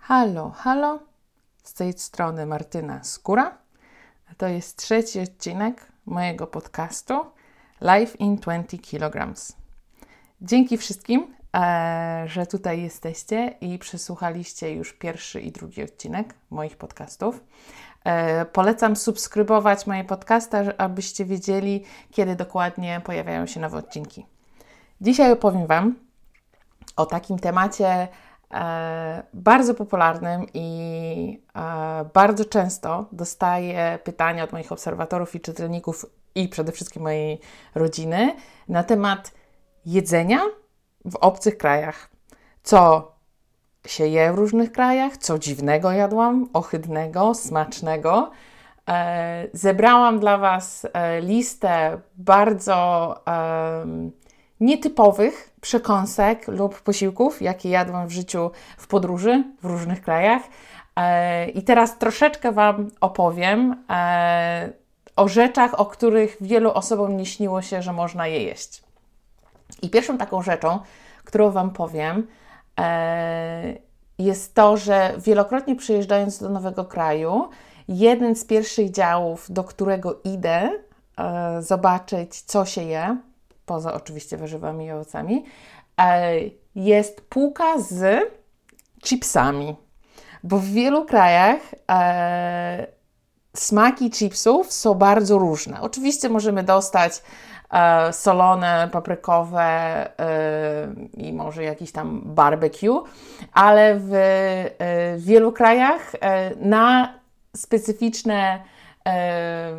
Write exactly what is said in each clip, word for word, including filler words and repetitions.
Halo, halo, z tej strony Martyna Skóra. To jest trzeci odcinek mojego podcastu Life in dwadzieścia kilograms. Dzięki wszystkim, e, że tutaj jesteście i przesłuchaliście już pierwszy i drugi odcinek moich podcastów. E, polecam subskrybować moje podcasty, abyście wiedzieli, kiedy dokładnie pojawiają się nowe odcinki. Dzisiaj opowiem Wam o takim temacie e, bardzo popularnym i e, bardzo często dostaję pytania od moich obserwatorów i czytelników i przede wszystkim mojej rodziny na temat jedzenia w obcych krajach. Co się je w różnych krajach, co dziwnego jadłam, ohydnego, smacznego. E, zebrałam dla Was e, listę bardzo e, nietypowych przekąsek lub posiłków, jakie jadłam w życiu w podróży w różnych krajach. E, I teraz troszeczkę Wam opowiem e, o rzeczach, o których wielu osobom nie śniło się, że można je jeść. I pierwszą taką rzeczą, którą Wam powiem, e, jest to, że wielokrotnie przyjeżdżając do nowego kraju, jeden z pierwszych działów, do którego idę e, zobaczyć, co się je, poza oczywiście warzywami i owocami, e, jest półka z chipsami. Bo w wielu krajach e, smaki chipsów są bardzo różne. Oczywiście możemy dostać e, solone, paprykowe e, i może jakiś tam barbecue, ale w e, wielu krajach e, na specyficzne e,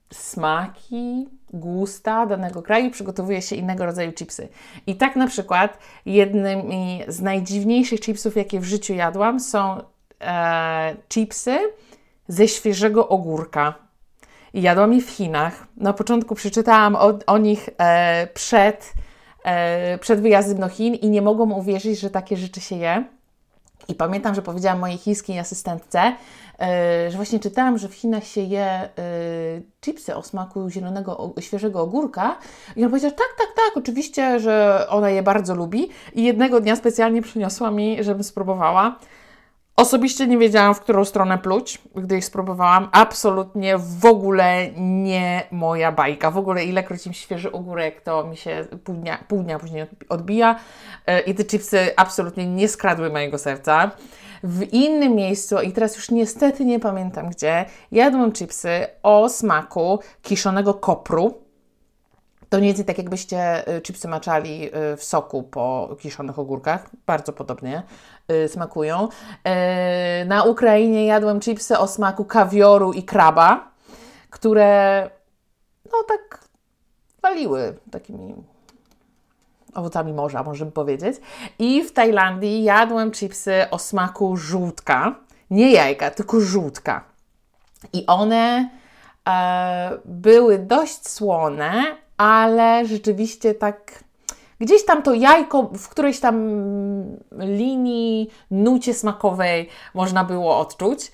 smaki, gusta danego kraju przygotowuje się innego rodzaju chipsy. I tak na przykład jednymi z najdziwniejszych chipsów, jakie w życiu jadłam, są e, chipsy ze świeżego ogórka. I jadłam je w Chinach. Na początku przeczytałam o, o nich e, przed, e, przed wyjazdem do Chin i nie mogłam uwierzyć, że takie rzeczy się je. I pamiętam, że powiedziałam mojej chińskiej asystentce, yy, że właśnie czytałam, że w Chinach się je yy, chipsy o smaku zielonego, o, świeżego ogórka. I ona powiedziała, tak, tak, tak, oczywiście, że ona je bardzo lubi. I jednego dnia specjalnie przyniosła mi, żebym spróbowała. Osobiście nie wiedziałam, w którą stronę pluć, gdy ich spróbowałam. Absolutnie w ogóle nie moja bajka. W ogóle ilekroć im świeży ogórek, to mi się pół dnia, pół dnia później odbija. I te chipsy absolutnie nie skradły mojego serca. W innym miejscu, i teraz już niestety nie pamiętam gdzie, jadłam chipsy o smaku kiszonego kopru. To mniej więcej tak jakbyście chipsy maczali w soku po kiszonych ogórkach. Bardzo podobnie smakują. Na Ukrainie jadłem chipsy o smaku kawioru i kraba, które no tak waliły takimi owocami morza, możemy powiedzieć. I w Tajlandii jadłem chipsy o smaku żółtka. Nie jajka, tylko żółtka. I one e, były dość słone, ale rzeczywiście tak gdzieś tam to jajko w którejś tam linii, nucie smakowej można było odczuć.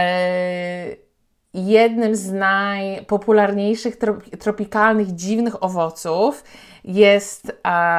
Jednym z najpopularniejszych tropikalnych, dziwnych owoców jest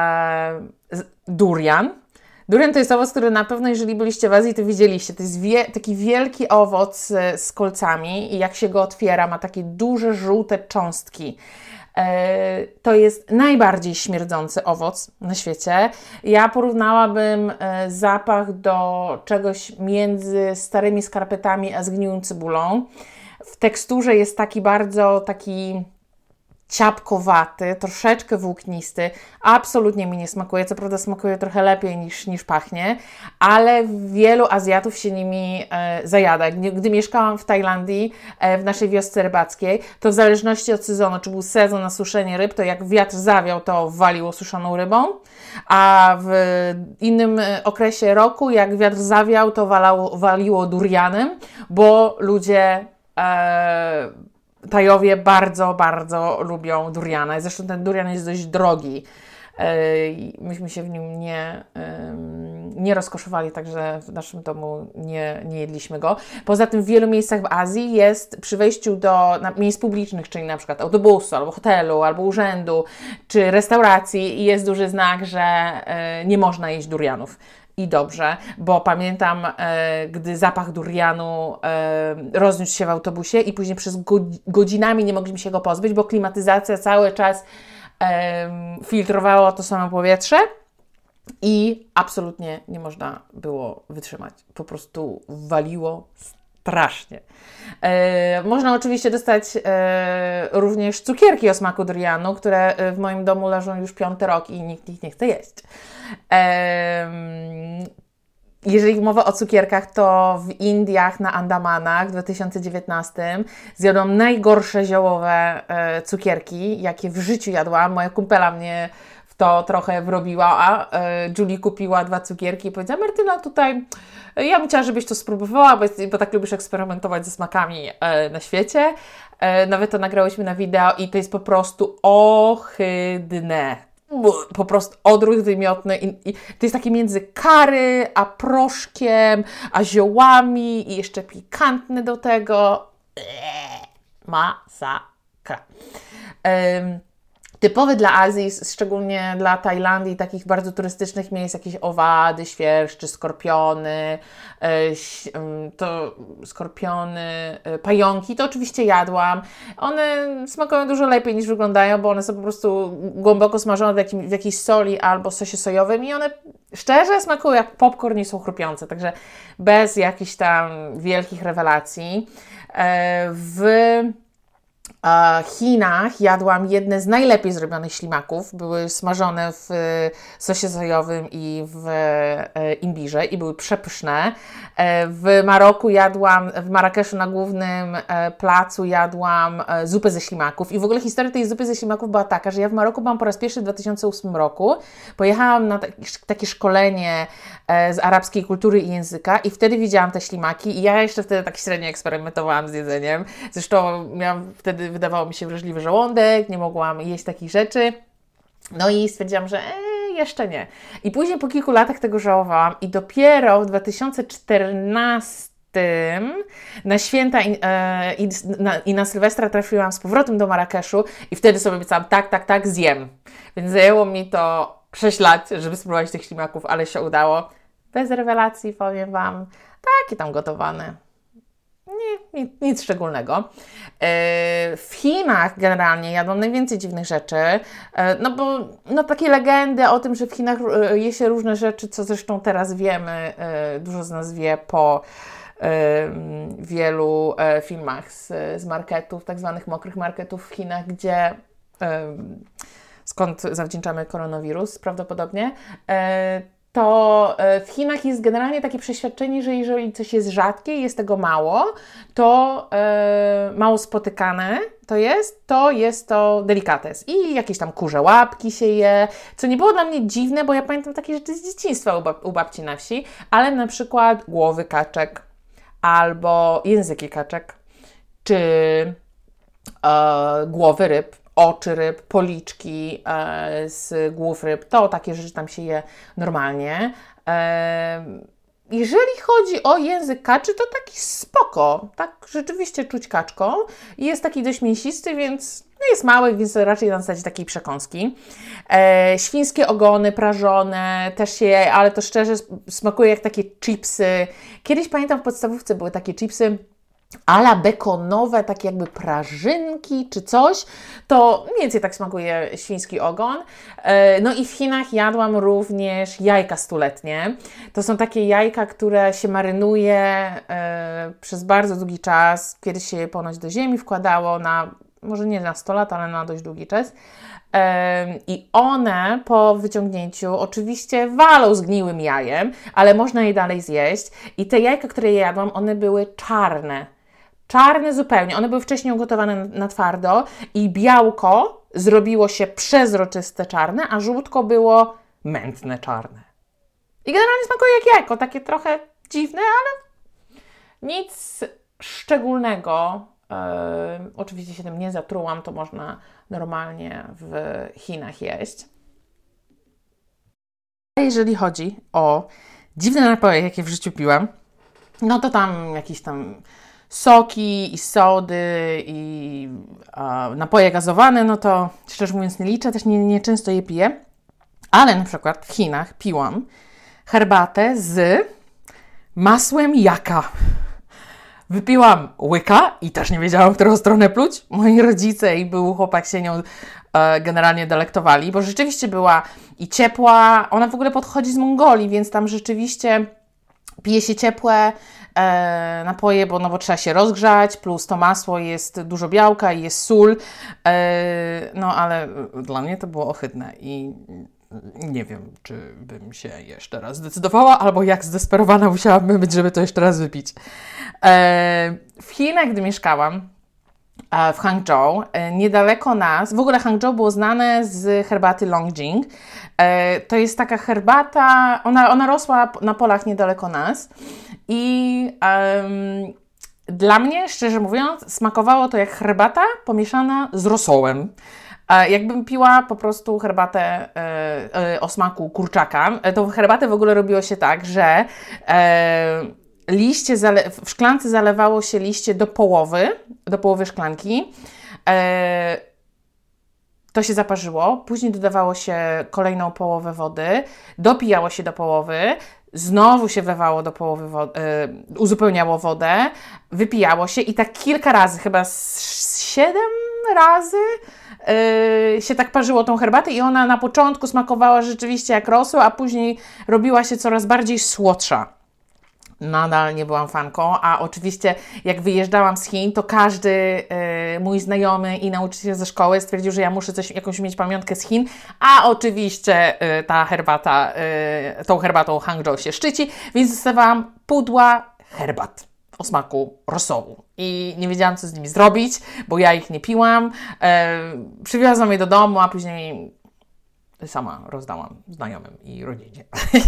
durian. Durian to jest owoc, który na pewno, jeżeli byliście w Azji, to widzieliście. To jest wie, taki wielki owoc z kolcami i jak się go otwiera, ma takie duże, żółte cząstki. To jest najbardziej śmierdzący owoc na świecie. Ja porównałabym zapach do czegoś między starymi skarpetami a zgniłą cebulą. W teksturze jest taki bardzo taki ciapkowaty, troszeczkę włóknisty. Absolutnie mi nie smakuje. Co prawda smakuje trochę lepiej niż, niż pachnie, ale wielu Azjatów się nimi e, zajada. Gdy, gdy mieszkałam w Tajlandii, e, w naszej wiosce rybackiej, to w zależności od sezonu, czy był sezon na suszenie ryb, to jak wiatr zawiał, to waliło suszoną rybą, a w innym okresie roku, jak wiatr zawiał, to walało, waliło durianem, bo ludzie e, Tajowie bardzo, bardzo lubią duriana. Zresztą ten durian jest dość drogi. Myśmy się w nim nie, nie rozkoszowali, także w naszym domu nie, nie jedliśmy go. Poza tym w wielu miejscach w Azji jest przy wejściu do miejsc publicznych, czyli na przykład autobusu, albo hotelu, albo urzędu, czy restauracji, jest duży znak, że nie można jeść durianów. i dobrze, bo pamiętam, e, gdy zapach durianu e, rozniósł się w autobusie i później przez go, godzinami nie mogliśmy się go pozbyć, bo klimatyzacja cały czas e, filtrowała to samo powietrze i absolutnie nie można było wytrzymać. Po prostu waliło strasznie. E, można oczywiście dostać e, również cukierki o smaku durianu, które w moim domu leżą już piąty rok i nikt ich nie chce jeść. E, jeżeli mowa o cukierkach, to w Indiach na Andamanach w dwa tysiące dziewiętnastym zjadłam najgorsze ziołowe e, cukierki, jakie w życiu jadłam. Moja kumpela mnie w to trochę wrobiła, a e, Julie kupiła dwa cukierki i powiedziała: Martyna, tutaj ja bym chciała, żebyś to spróbowała, bo, bo tak lubisz eksperymentować ze smakami e, na świecie. E, nawet to nagrałyśmy na wideo i to jest po prostu ohydne. Po prostu odruch wymiotny. I, i to jest takie między curry, a proszkiem, a ziołami i jeszcze pikantne do tego. Eee, masakra. Um, Typowy dla Azji, szczególnie dla Tajlandii, takich bardzo turystycznych miejsc, jakieś owady, świerszczy, skorpiony, to skorpiony, pająki, to oczywiście jadłam. One smakują dużo lepiej niż wyglądają, bo one są po prostu głęboko smażone w, jakim, w jakiejś soli albo sosie sojowym i one szczerze smakują jak popcorn i są chrupiące, także bez jakichś tam wielkich rewelacji. W Chinach jadłam jedne z najlepiej zrobionych ślimaków. Były smażone w sosie sojowym i w imbirze i były przepyszne. W Maroku jadłam, w Marrakeszu na głównym placu jadłam zupę ze ślimaków i w ogóle historia tej zupy ze ślimaków była taka, że ja w Maroku byłam po raz pierwszy w dwa tysiące ósmym roku. Pojechałam na takie szkolenie z arabskiej kultury i języka i wtedy widziałam te ślimaki i ja jeszcze wtedy tak średnio eksperymentowałam z jedzeniem. Zresztą miałam wtedy, wydawało mi się, wrażliwy żołądek, nie mogłam jeść takich rzeczy. No i stwierdziłam, że e, jeszcze nie. I później po kilku latach tego żałowałam i dopiero w dwa tysiące czternastym na święta i, e, i, na, i na Sylwestra trafiłam z powrotem do Marrakeszu i wtedy sobie obiecałam, tak, tak, tak, zjem. Więc zajęło mi to sześć lat, żeby spróbować tych ślimaków, ale się udało. Bez rewelacji, powiem Wam, takie tam gotowane. Nie, nic, nic szczególnego. W Chinach generalnie jadłam najwięcej dziwnych rzeczy, no bo no takie legendy o tym, że w Chinach je się różne rzeczy, co zresztą teraz wiemy, dużo z nas wie po wielu filmach z, z marketów, tak zwanych mokrych marketów w Chinach, gdzie skąd zawdzięczamy koronawirus prawdopodobnie, to w Chinach jest generalnie takie przeświadczenie, że jeżeli coś jest rzadkie i jest tego mało, to e, mało spotykane to jest, to jest to delikates. I jakieś tam kurze łapki się je, co nie było dla mnie dziwne, bo ja pamiętam takie rzeczy z dzieciństwa u, bab- u babci na wsi, ale na przykład głowy kaczek albo języki kaczek, czy e, głowy ryb, oczy ryb, policzki e, z głów ryb, to takie rzeczy tam się je normalnie. E, jeżeli chodzi o język kaczy, to taki spoko, tak rzeczywiście czuć kaczką. Jest taki dość mięsisty, więc no jest mały, więc raczej na zasadzie takiej przekąski. E, świńskie ogony prażone też się je, ale to szczerze smakuje jak takie chipsy. Kiedyś pamiętam w podstawówce były takie chipsy ala bekonowe, takie jakby prażynki czy coś, to mniej więcej tak smakuje świński ogon. No i w Chinach jadłam również jajka stuletnie. To są takie jajka, które się marynuje e, przez bardzo długi czas. Kiedyś się je ponoć do ziemi wkładało na, może nie na sto lat, ale na dość długi czas. I one po wyciągnięciu oczywiście walą zgniłym jajem, ale można je dalej zjeść. I te jajka, które je jadłam, one były czarne. Czarne zupełnie. One były wcześniej ugotowane na, na twardo i białko zrobiło się przezroczyste czarne, a żółtko było mętne czarne. I generalnie smakuje jak jajko. Takie trochę dziwne, ale nic szczególnego. Yy, oczywiście się tym nie zatrułam, to można normalnie w Chinach jeść. Jeżeli chodzi o dziwne napoje, jakie w życiu piłam, no to tam jakieś tam soki i sody i a, napoje gazowane, no to szczerze mówiąc nie liczę, też nie, nie często je piję, ale na przykład w Chinach piłam herbatę z masłem jaka. Wypiłam łyka i też nie wiedziałam, w którą stronę pluć. Moi rodzice i był chłopak się nią e, generalnie delektowali, bo rzeczywiście była i ciepła. Ona w ogóle podchodzi z Mongolii, więc tam rzeczywiście pije się ciepłe e, napoje, bo, no, bo trzeba się rozgrzać, plus to masło jest dużo białka i jest sól. E, no ale dla mnie to było ohydne i nie wiem, czy bym się jeszcze raz zdecydowała, albo jak zdesperowana musiałabym być, żeby to jeszcze raz wypić. E, w Chinach, gdy mieszkałam, w Hangzhou, niedaleko nas, w ogóle Hangzhou było znane z herbaty Longjing. To jest taka herbata, ona, ona rosła na polach niedaleko nas i um, dla mnie, szczerze mówiąc, smakowało to jak herbata pomieszana z rosołem. Jakbym piła po prostu herbatę e, e, o smaku kurczaka, to herbatę w ogóle robiło się tak, że e, liście zale- w szklance zalewało się liście do połowy, do połowy szklanki. E, to się zaparzyło, później dodawało się kolejną połowę wody, dopijało się do połowy, znowu się wlewało do połowy wody, e, uzupełniało wodę, wypijało się i tak kilka razy, chyba z siedem razy Yy, się tak parzyło tą herbatę i ona na początku smakowała rzeczywiście jak rosół, a później robiła się coraz bardziej słodsza. Nadal nie byłam fanką, a oczywiście jak wyjeżdżałam z Chin, to każdy yy, mój znajomy i nauczyciel ze szkoły stwierdził, że ja muszę coś, jakąś mieć pamiątkę z Chin, a oczywiście yy, ta herbata, yy, tą herbatą Hangzhou się szczyci, więc dostawałam pudła herbat o smaku rosołu. I nie wiedziałam, co z nimi zrobić, bo ja ich nie piłam. E, przywiozłam je do domu, a później sama rozdałam znajomym i rodzinie.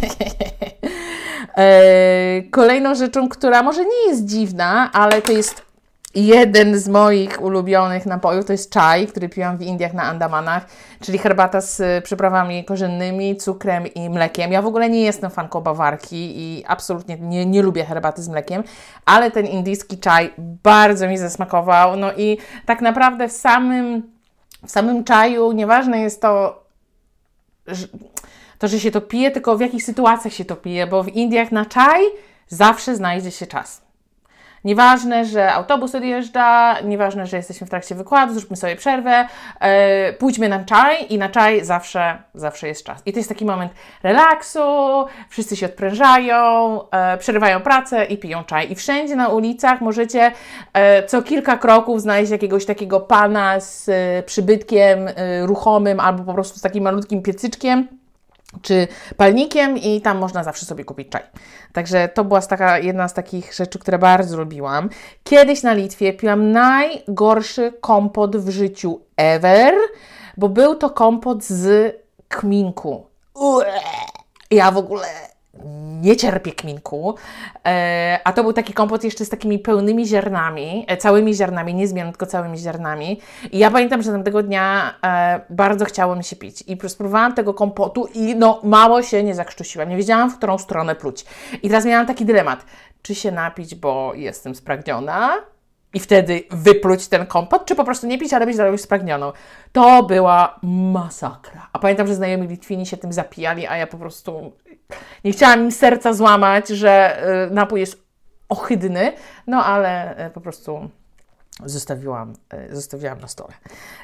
e, kolejną rzeczą, która może nie jest dziwna, ale to jest jeden z moich ulubionych napojów, to jest czaj, który piłam w Indiach na Andamanach, czyli herbata z przyprawami korzennymi, cukrem i mlekiem. Ja w ogóle nie jestem fanką bawarki i absolutnie nie, nie lubię herbaty z mlekiem, ale ten indyjski czaj bardzo mi zasmakował. No i tak naprawdę w samym, w samym czaju nieważne jest to, że, to, że się to pije, tylko w jakich sytuacjach się to pije, bo w Indiach na czaj zawsze znajdzie się czas. Nieważne, że autobus odjeżdża, nieważne, że jesteśmy w trakcie wykładu, zróbmy sobie przerwę, yy, pójdźmy na czaj i na czaj zawsze, zawsze jest czas. I to jest taki moment relaksu, wszyscy się odprężają, yy, przerywają pracę i piją czaj. I wszędzie na ulicach możecie yy, co kilka kroków znaleźć jakiegoś takiego pana z yy, przybytkiem yy, ruchomym albo po prostu z takim malutkim piecyczkiem czy palnikiem i tam można zawsze sobie kupić czaj. Także to była taka, jedna z takich rzeczy, które bardzo lubiłam. Kiedyś na Litwie piłam najgorszy kompot w życiu ever, bo był to kompot z kminku. Ue, ja w ogóle nie cierpię kminku, e, a to był taki kompot jeszcze z takimi pełnymi ziarnami, e, całymi ziarnami, nie zmian, tylko całymi ziarnami. I ja pamiętam, że tamtego dnia e, bardzo chciało mi się pić i spróbowałam tego kompotu i no mało się nie zakrztusiłam, nie wiedziałam, w którą stronę pluć. I teraz miałam taki dylemat, czy się napić, bo jestem spragniona i wtedy wypluć ten kompot, czy po prostu nie pić, ale być dalej spragnioną. To była masakra. A pamiętam, że znajomi Litwini się tym zapijali, a ja po prostu nie chciałam im serca złamać, że y, napój jest ohydny, no ale y, po prostu zostawiłam, y, zostawiłam na stole.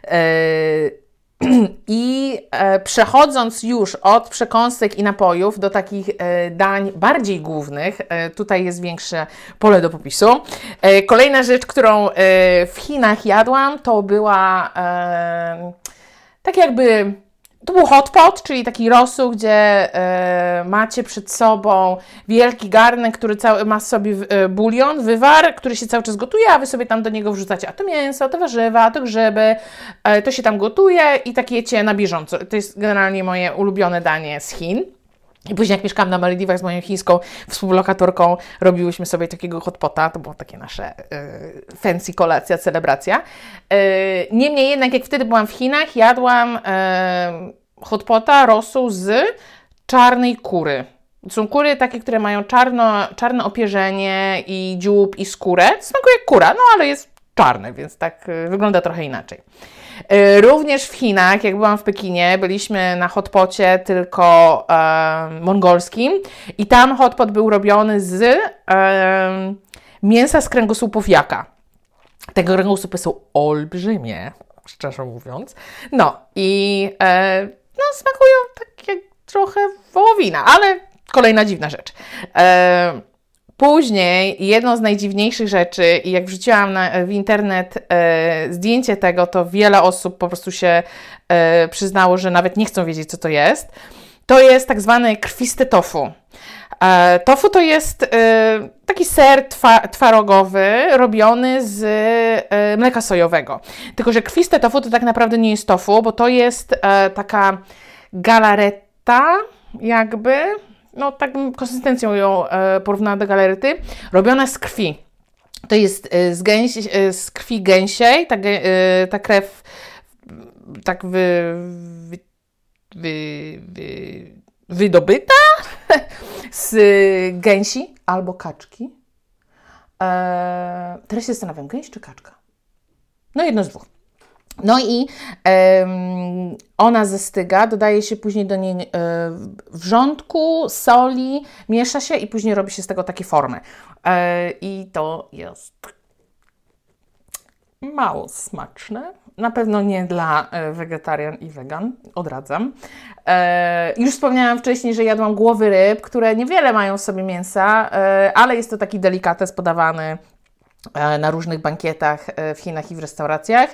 Y, I e, przechodząc już od przekąsek i napojów do takich e, dań bardziej głównych, e, tutaj jest większe pole do popisu. E, kolejna rzecz, którą e, w Chinach jadłam, to była e, tak jakby, to był hot pot, czyli taki rosół, gdzie e, macie przed sobą wielki garnek, który cały, ma sobie e, bulion, wywar, który się cały czas gotuje, a Wy sobie tam do niego wrzucacie a to mięso, a to warzywa, a to grzyby, e, to się tam gotuje i tak jecie na bieżąco. To jest generalnie moje ulubione danie z Chin. I później jak mieszkałam na Malediwach z moją chińską współlokatorką, robiłyśmy sobie takiego hot pota, to było takie nasze y, fancy kolacja, celebracja. Y, niemniej jednak jak wtedy byłam w Chinach, jadłam y, hot pota, rosół z czarnej kury. To są kury takie, które mają czarno, czarne opierzenie i dziób i skórę. Smakuje jak kura, no ale jest czarne, więc tak y, wygląda trochę inaczej. Również w Chinach, jak byłam w Pekinie, byliśmy na hotpocie tylko e, mongolskim i tam hotpot był robiony z e, mięsa z kręgosłupów jaka. Te kręgosłupy są olbrzymie, szczerze mówiąc. No i e, no, smakują tak jak trochę wołowina, ale kolejna dziwna rzecz. E, Później jedną z najdziwniejszych rzeczy i jak wrzuciłam na, w internet e, zdjęcie tego, to wiele osób po prostu się e, przyznało, że nawet nie chcą wiedzieć, co to jest. To jest tak zwane krwiste tofu. E, tofu to jest e, taki ser twa, twarogowy robiony z e, mleka sojowego. Tylko że krwiste tofu to tak naprawdę nie jest tofu, bo to jest e, taka galareta jakby... No tak konsystencją ją e, porównała do galarety, robiona z krwi. To jest e, z, gęsi, e, z krwi gęsiej, ta, e, ta krew tak wy, wy, wy, wy, wydobyta z gęsi albo kaczki. E, teraz się zastanawiam, gęś czy kaczka? No jedno z dwóch. No i um, ona zestyga, dodaje się później do niej e, wrzątku, soli, miesza się i później robi się z tego takie formy. E, I to jest mało smaczne. Na pewno nie dla e, wegetarian i wegan, odradzam. E, już wspomniałam wcześniej, że jadłam głowy ryb, które niewiele mają w sobie mięsa, e, ale jest to taki delikates podawany e, na różnych bankietach e, w Chinach i w restauracjach.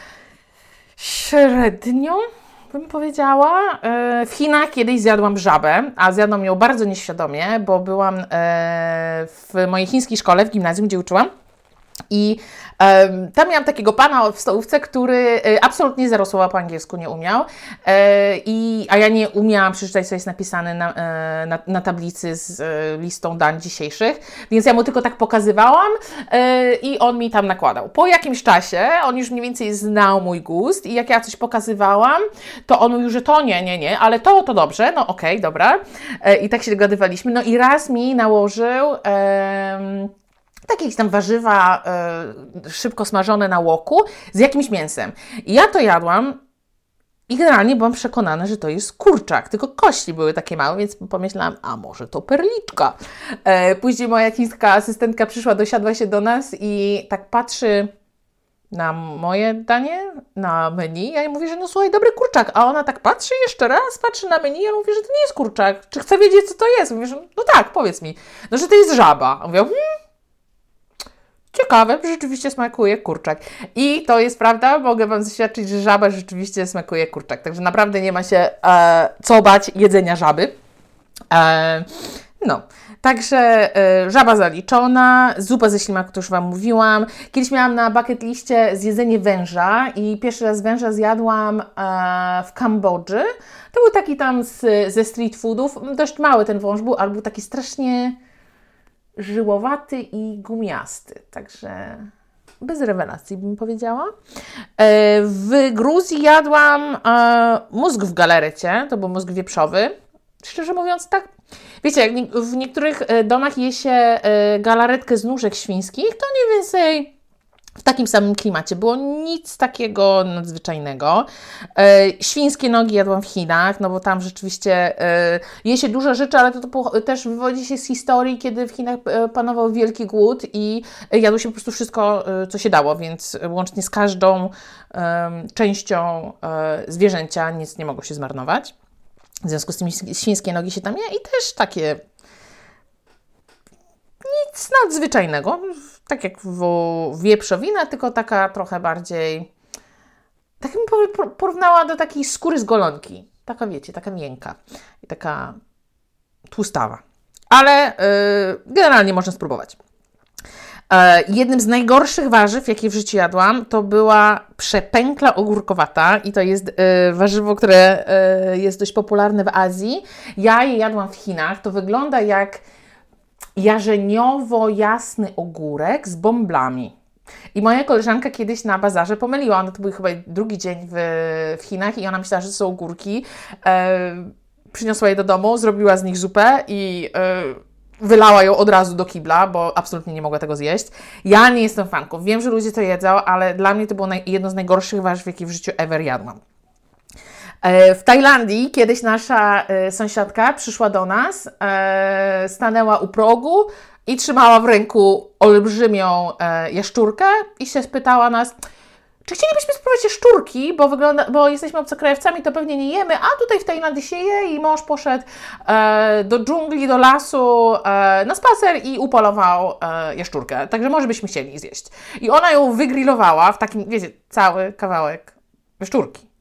Średnio, bym powiedziała. W Chinach kiedyś zjadłam żabę, a zjadłam ją bardzo nieświadomie, bo byłam w mojej chińskiej szkole, w gimnazjum, gdzie uczyłam. I um, tam miałam takiego pana w stołówce, który e, absolutnie zero słowa po angielsku nie umiał, e, i, a ja nie umiałam przeczytać, co jest napisane na, e, na, na tablicy z e, listą dań dzisiejszych, więc ja mu tylko tak pokazywałam e, i on mi tam nakładał. Po jakimś czasie on już mniej więcej znał mój gust i jak ja coś pokazywałam, to on mówił, że to nie, nie, nie, ale to, to dobrze, no okej, okay, dobra. E, I tak się dogadywaliśmy. No i raz mi nałożył... E, jakieś tam warzywa y, szybko smażone na łoku z jakimś mięsem. I ja to jadłam i generalnie byłam przekonana, że to jest kurczak, tylko kości były takie małe, więc pomyślałam, a może to perliczka. E, później moja chińska asystentka przyszła, dosiadła się do nas i tak patrzy na moje danie, na menu. Ja jej mówię, że no słuchaj, dobry kurczak. A ona tak patrzy jeszcze raz, patrzy na menu. Ja mówię, że to nie jest kurczak. Czy chcę wiedzieć, co to jest? Mówię, że no tak, powiedz mi. No, że to jest żaba. Mówię, hmm, ciekawe, rzeczywiście smakuje kurczak. I to jest prawda, mogę Wam zaświadczyć, że żaba rzeczywiście smakuje kurczak. Także naprawdę nie ma się e, co bać jedzenia żaby. E, no, także e, żaba zaliczona, zupa ze ślimaku, to już Wam mówiłam. Kiedyś miałam na bucket liście zjedzenie węża i pierwszy raz węża zjadłam e, w Kambodży. To był taki tam z, ze street foodów, dość mały ten wąż był, ale był taki strasznie żyłowaty i gumiasty, także bez rewelacji bym powiedziała. W Gruzji jadłam mózg w galarecie, to był mózg wieprzowy. Szczerze mówiąc tak, wiecie, jak w niektórych domach je się galaretkę z nóżek świńskich, to mniej więcej w takim samym klimacie. Było nic takiego nadzwyczajnego. E, świńskie nogi jadłam w Chinach, no bo tam rzeczywiście e, je się dużo rzeczy, ale to, to po, też wywodzi się z historii, kiedy w Chinach e, panował wielki głód i e, jadło się po prostu wszystko, e, co się dało, więc łącznie z każdą e, częścią e, zwierzęcia nic nie mogło się zmarnować. W związku z tym świńskie nogi się tam je i też takie nic nadzwyczajnego. Tak jak wieprzowina, tylko taka trochę bardziej, tak bym porównała do takiej skóry z golonki. Taka, wiecie, taka miękka i taka tłustawa. Ale yy, generalnie można spróbować. Yy, jednym z najgorszych warzyw, jakie w życiu jadłam, to była przepękla ogórkowata i to jest yy, warzywo, które yy, jest dość popularne w Azji. Ja je jadłam w Chinach. To wygląda jak jarzeniowo-jasny ogórek z bąblami. I moja koleżanka kiedyś na bazarze pomyliła, ona to był chyba drugi dzień w, w Chinach i ona myślała, że to są ogórki. E, przyniosła je do domu, zrobiła z nich zupę i e, wylała ją od razu do kibla, bo absolutnie nie mogła tego zjeść. Ja nie jestem fanką. Wiem, że ludzie to jedzą, ale dla mnie to było naj, jedno z najgorszych warzyw, jakie w życiu ever jadłam. W Tajlandii kiedyś nasza sąsiadka przyszła do nas, stanęła u progu i trzymała w ręku olbrzymią jaszczurkę i się spytała nas, czy chcielibyśmy spróbować jaszczurki, bo, wygląda, bo jesteśmy obcokrajowcami, to pewnie nie jemy, a tutaj w Tajlandii się je i mąż poszedł e, do dżungli, do lasu e, na spacer i upolował e, jaszczurkę, także może byśmy chcieli zjeść. I ona ją wygrillowała w takim, wiecie, cały kawałek jaszczurki.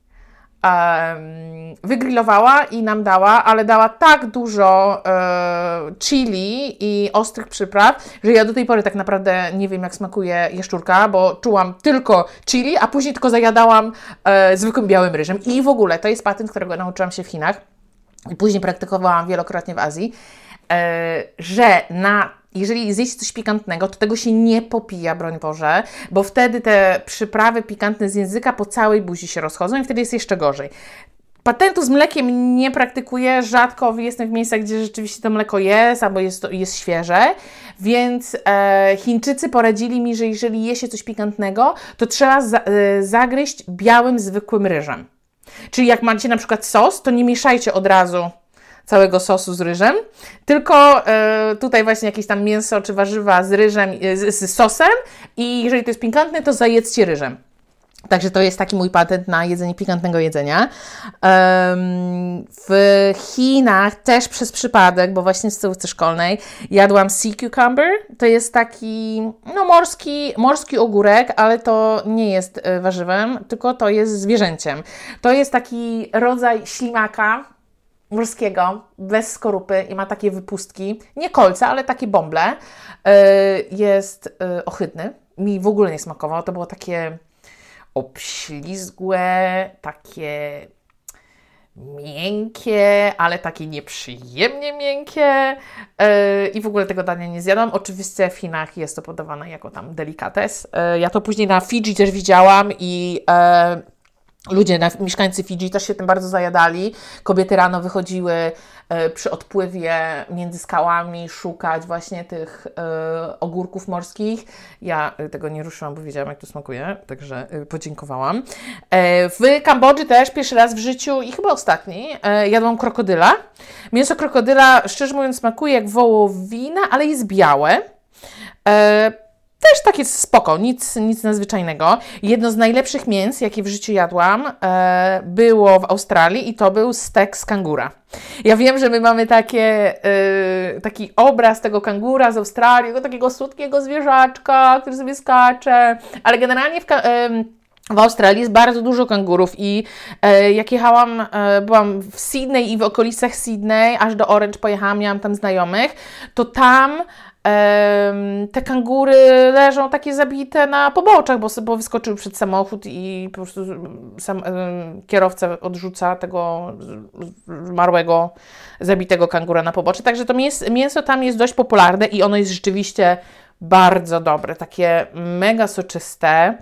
Um, wygrillowała i nam dała, ale dała tak dużo e, chili i ostrych przypraw, że ja do tej pory tak naprawdę nie wiem, jak smakuje jaszczurka, bo czułam tylko chili, a później tylko zajadałam e, zwykłym białym ryżem. I w ogóle to jest patent, którego nauczyłam się w Chinach i później praktykowałam wielokrotnie w Azji, e, że na jeżeli zjeść coś pikantnego, to tego się nie popija, broń Boże, bo wtedy te przyprawy pikantne z języka po całej buzi się rozchodzą i wtedy jest jeszcze gorzej. Patentu z mlekiem nie praktykuję, rzadko jestem w miejscach, gdzie rzeczywiście to mleko jest, albo jest, jest świeże, więc e, Chińczycy poradzili mi, że jeżeli je się coś pikantnego, to trzeba za, e, zagryźć białym, zwykłym ryżem. Czyli jak macie na przykład sos, to nie mieszajcie od razu całego sosu z ryżem, tylko y, tutaj właśnie jakieś tam mięso czy warzywa z ryżem, z, z sosem i jeżeli to jest pikantne, to zajedzcie ryżem. Także to jest taki mój patent na jedzenie pikantnego jedzenia. Um, w Chinach też przez przypadek, bo właśnie w stołówce szkolnej jadłam sea cucumber. To jest taki no morski, morski ogórek, ale to nie jest warzywem, tylko to jest zwierzęciem. To jest taki rodzaj ślimaka morskiego, bez skorupy i ma takie wypustki, nie kolce, ale takie bąble. Jest ohydny. Mi w ogóle nie smakował. To było takie obślizgłe, takie miękkie, ale takie nieprzyjemnie miękkie i w ogóle tego dania nie zjadłam. Oczywiście w Chinach jest to podawane jako tam delikates. Ja to później na Fidżi też widziałam i ludzie, mieszkańcy Fidżi też się tym bardzo zajadali. Kobiety rano wychodziły e, przy odpływie między skałami szukać właśnie tych e, ogórków morskich. Ja tego nie ruszyłam, bo wiedziałam, jak to smakuje, także e, podziękowałam. E, w Kambodży też pierwszy raz w życiu i chyba ostatni e, jadłam krokodyla. Mięso krokodyla, szczerze mówiąc, smakuje jak wołowina, ale jest białe. E, Też takie spoko, nic, nic nadzwyczajnego. Jedno z najlepszych mięs, jakie w życiu jadłam, e, było w Australii i to był stek z kangura. Ja wiem, że my mamy takie, e, taki obraz tego kangura z Australii, tego takiego słodkiego zwierzaczka, który sobie skacze, ale generalnie w, e, w Australii jest bardzo dużo kangurów i e, jak jechałam, e, byłam w Sydney i w okolicach Sydney, aż do Orange pojechałam, miałam tam znajomych, to tam te kangury leżą takie zabite na poboczach, bo, bo wyskoczyły przed samochód i po prostu sam, kierowca odrzuca tego zmarłego, zabitego kangura na pobocze. Także to mięso, mięso tam jest dość popularne i ono jest rzeczywiście bardzo dobre, takie mega soczyste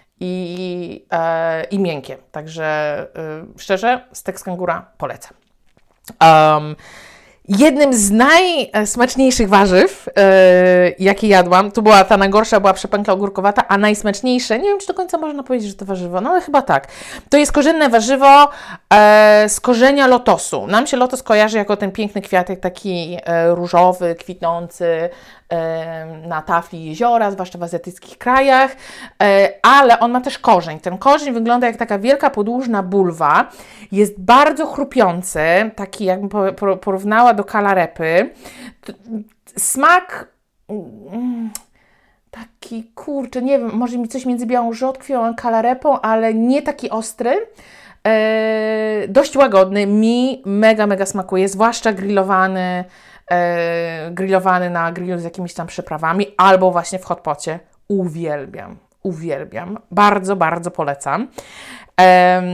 i, e, i miękkie. Także e, szczerze, stek z kangura polecam. Um, Jednym z najsmaczniejszych warzyw, yy, jakie jadłam, to była ta najgorsza, była przepękla ogórkowata, a najsmaczniejsze, nie wiem, czy do końca można powiedzieć, że to warzywo, no ale chyba tak. To jest korzenne warzywo e, z korzenia lotosu. Nam się lotos kojarzy jako ten piękny kwiatek, taki e, różowy, kwitnący e, na tafli jeziora, zwłaszcza w azjatyckich krajach, e, ale on ma też korzeń. Ten korzeń wygląda jak taka wielka, podłużna bulwa. Jest bardzo chrupiący, taki jakbym porównała do kalarepy. Smak taki, kurczę, nie wiem, może mi coś między białą rzodkwią a kalarepą, ale nie taki ostry. E, dość łagodny, mi mega, mega smakuje, zwłaszcza grillowany, e, grillowany na grillu z jakimiś tam przyprawami, albo właśnie w hotpocie. Uwielbiam, uwielbiam. Bardzo, bardzo polecam. E,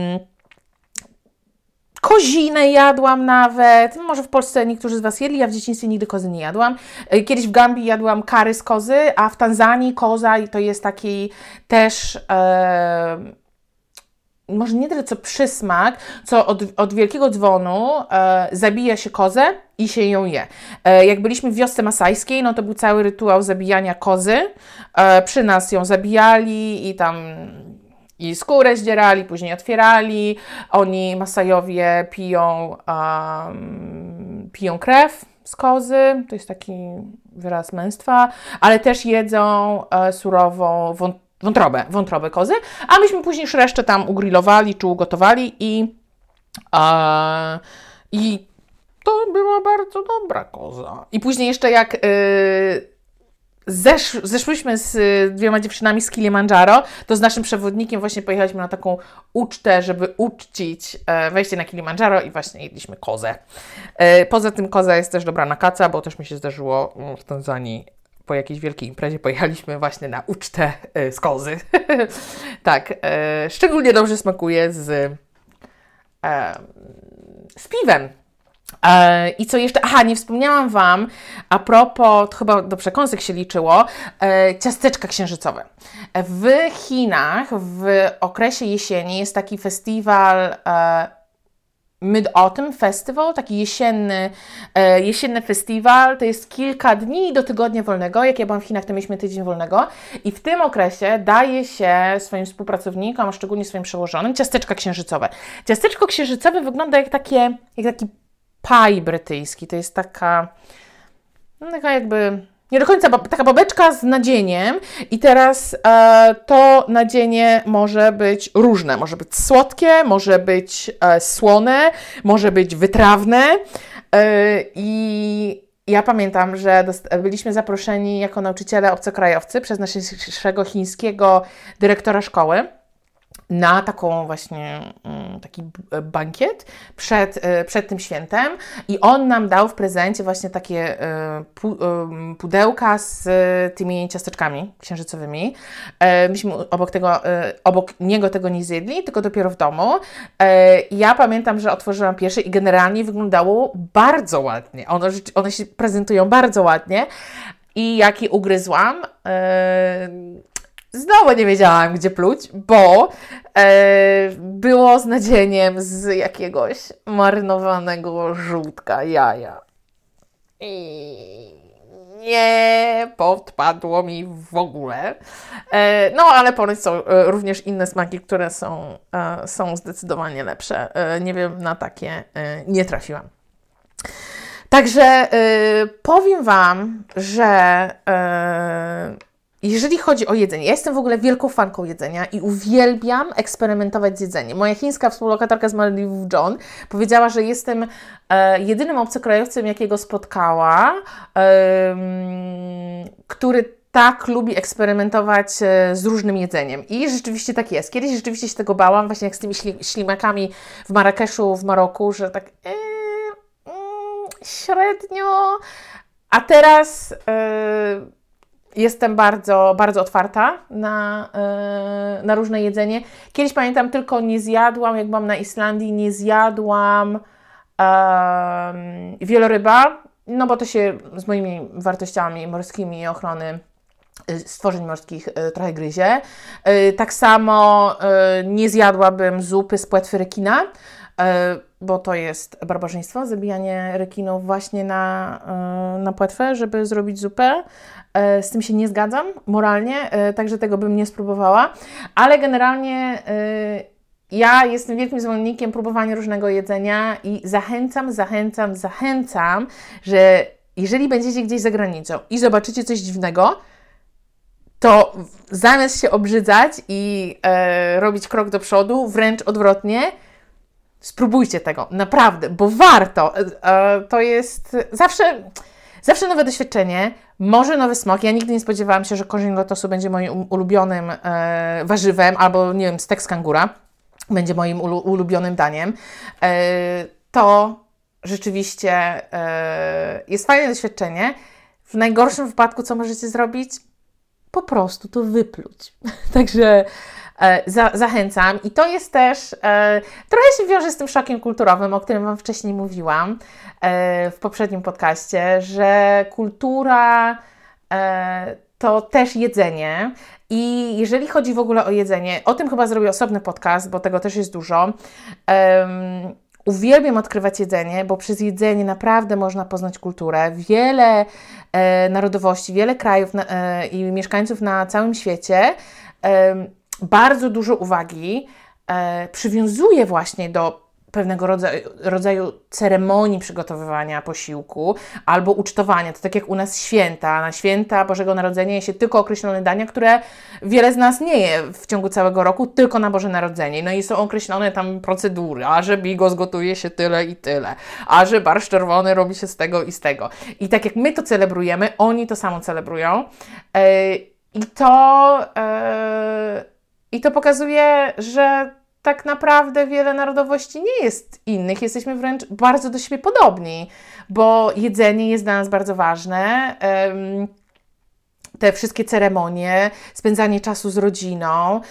Kozinę jadłam nawet, może w Polsce niektórzy z Was jedli, ja w dzieciństwie nigdy kozy nie jadłam. Kiedyś w Gambii jadłam curry z kozy, a w Tanzanii koza i to jest taki też e, może nie tyle co przysmak, co od, od wielkiego dzwonu e, zabija się kozę i się ją je. E, jak byliśmy w wiosce masajskiej, no to był cały rytuał zabijania kozy. E, przy nas ją zabijali i tam i skórę zdzierali, później otwierali. Oni, Masajowie, piją, um, piją krew z kozy, to jest taki wyraz męstwa, ale też jedzą e, surową wątróbę. Wątrobę, wątrobę kozy, a myśmy później resztę tam ugrillowali czy ugotowali i, e, i to była bardzo dobra koza. I później jeszcze jak e, zesz, zeszłyśmy z dwiema dziewczynami z Kilimandżaro, to z naszym przewodnikiem właśnie pojechaliśmy na taką ucztę, żeby uczcić e, wejście na Kilimandżaro i właśnie jedliśmy kozę. E, poza tym koza jest też dobra na kaca, bo też mi się zdarzyło w Tanzanii po jakiejś wielkiej imprezie pojechaliśmy właśnie na ucztę y, z kozy. tak, y, szczególnie dobrze smakuje z, y, z piwem. E, I co jeszcze? Aha, nie wspomniałam Wam, a propos, to chyba do przekąsek się liczyło, e, ciasteczka księżycowe. W Chinach w okresie jesieni jest taki festiwal e, Mid-Autumn Festival, taki jesienny, e, jesienny festiwal, to jest kilka dni do tygodnia wolnego. Jak ja byłam w Chinach, to mieliśmy tydzień wolnego i w tym okresie daje się swoim współpracownikom, a szczególnie swoim przełożonym, ciasteczka księżycowe. Ciasteczko księżycowe wygląda jak, takie, jak taki pie brytyjski, to jest taka, no, taka jakby... Nie do końca, taka babeczka z nadzieniem i teraz e, to nadzienie może być różne. Może być słodkie, może być e, słone, może być wytrawne e, i ja pamiętam, że dost- byliśmy zaproszeni jako nauczyciele obcokrajowcy przez naszego chińskiego dyrektora szkoły na taką właśnie, taki bankiet przed, przed tym świętem i on nam dał w prezencie właśnie takie pudełka z tymi ciasteczkami księżycowymi. Myśmy obok tego, obok niego tego nie zjedli, tylko dopiero w domu. Ja pamiętam, że otworzyłam pierwsze i generalnie wyglądało bardzo ładnie. One, one się prezentują bardzo ładnie i jak je ugryzłam, znowu nie wiedziałam, gdzie pluć, bo e, było z nadzieniem z jakiegoś marynowanego żółtka jaja. I nie podpadło mi w ogóle. E, no, ale ponoć są e, również inne smaki, które są, e, są zdecydowanie lepsze. E, nie wiem, na takie e, nie trafiłam. Także e, powiem Wam, że e, jeżeli chodzi o jedzenie, ja jestem w ogóle wielką fanką jedzenia i uwielbiam eksperymentować z jedzeniem. Moja chińska współlokatorka z Maldiwów, John, powiedziała, że jestem e, jedynym obcokrajowcem, jakiego spotkała, e, który tak lubi eksperymentować e, z różnym jedzeniem. I rzeczywiście tak jest. Kiedyś rzeczywiście się tego bałam, właśnie jak z tymi śli- ślimakami w Marrakeszu, w Maroku, że tak e, mm, średnio. A teraz... E, Jestem bardzo, bardzo otwarta na, yy, na różne jedzenie. Kiedyś pamiętam, tylko nie zjadłam, jak byłam na Islandii, nie zjadłam yy, wieloryba, no bo to się z moimi wartościami morskimi i ochrony stworzeń morskich yy, trochę gryzie. Yy, tak samo yy, nie zjadłabym zupy z płetwy rekina, yy, bo to jest barbarzyństwo, zabijanie rekinów właśnie na, yy, na płetwę, żeby zrobić zupę. Z tym się nie zgadzam moralnie, także tego bym nie spróbowała, ale generalnie ja jestem wielkim zwolennikiem próbowania różnego jedzenia i zachęcam, zachęcam, zachęcam, że jeżeli będziecie gdzieś za granicą i zobaczycie coś dziwnego, to zamiast się obrzydzać i e, robić krok do przodu, wręcz odwrotnie, spróbujcie tego, naprawdę, bo warto. E, to jest zawsze... Zawsze nowe doświadczenie, może nowy smak. Ja nigdy nie spodziewałam się, że korzeń lotosu będzie moim ulubionym e, warzywem, albo nie wiem, stek z kangura będzie moim ulu, ulubionym daniem. E, to rzeczywiście e, jest fajne doświadczenie. W najgorszym wypadku, co możecie zrobić? Po prostu to wypluć. Także e, za, zachęcam. I to jest też, e, trochę się wiąże z tym szokiem kulturowym, o którym Wam wcześniej mówiłam e, w poprzednim podcaście, że kultura e, to też jedzenie. I jeżeli chodzi w ogóle o jedzenie, o tym chyba zrobię osobny podcast, bo tego też jest dużo. Um, uwielbiam odkrywać jedzenie, bo przez jedzenie naprawdę można poznać kulturę. Wiele e, narodowości, wiele krajów na, e, i mieszkańców na całym świecie e, bardzo dużo uwagi e, przywiązuje właśnie do pewnego rodzaju, rodzaju ceremonii przygotowywania posiłku albo ucztowania. To tak jak u nas święta. Na święta Bożego Narodzenia je się tylko określone dania, które wiele z nas nie je w ciągu całego roku, tylko na Boże Narodzenie. No i są określone tam procedury, a że bigos gotuje się tyle i tyle, a że barszcz czerwony robi się z tego i z tego. I tak jak my to celebrujemy, oni to samo celebrują. Yy, I to yy, i to pokazuje, że tak naprawdę wiele narodowości nie jest innych. Jesteśmy wręcz bardzo do siebie podobni, bo jedzenie jest dla nas bardzo ważne. Te wszystkie ceremonie, spędzanie czasu z rodziną.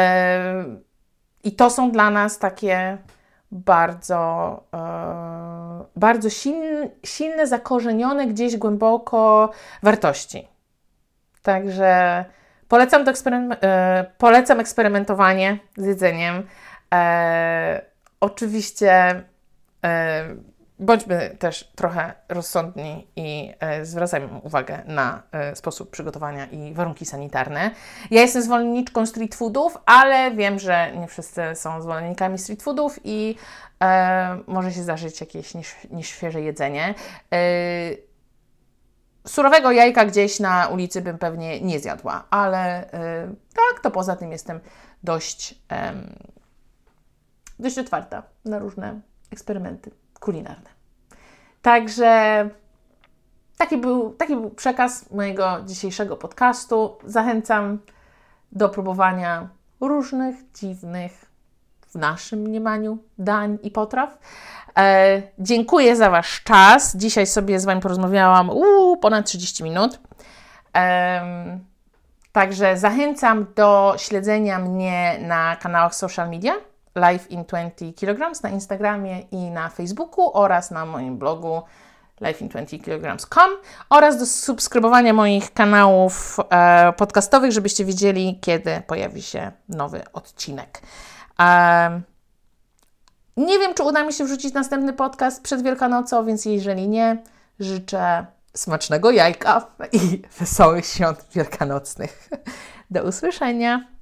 I to są dla nas takie bardzo, bardzo silne, silne, zakorzenione gdzieś głęboko wartości. Także Polecam, to eksperymen- e, polecam eksperymentowanie z jedzeniem. E, oczywiście e, bądźmy też trochę rozsądni i e, zwracajmy uwagę na e, sposób przygotowania i warunki sanitarne. Ja jestem zwolenniczką street foodów, ale wiem, że nie wszyscy są zwolennikami street foodów i e, może się zdarzyć jakieś nieświeże jedzenie. E, Surowego jajka gdzieś na ulicy bym pewnie nie zjadła, ale yy, tak, to poza tym jestem dość, yy, dość otwarta na różne eksperymenty kulinarne. Także taki był, taki był przekaz mojego dzisiejszego podcastu. Zachęcam do próbowania różnych dziwnych, w naszym mniemaniu, dań i potraw. E, dziękuję za Wasz czas. Dzisiaj sobie z Wami porozmawiałam uu, ponad trzydzieści minut. E, także zachęcam do śledzenia mnie na kanałach social media Life in twenty kilograms na Instagramie i na Facebooku oraz na moim blogu life in twenty kilograms kropka com oraz do subskrybowania moich kanałów e, podcastowych, żebyście wiedzieli, kiedy pojawi się nowy odcinek. Um, nie wiem, czy uda mi się wrzucić następny podcast przed Wielkanocą, więc jeżeli nie, życzę smacznego jajka i wesołych świąt wielkanocnych. Do usłyszenia!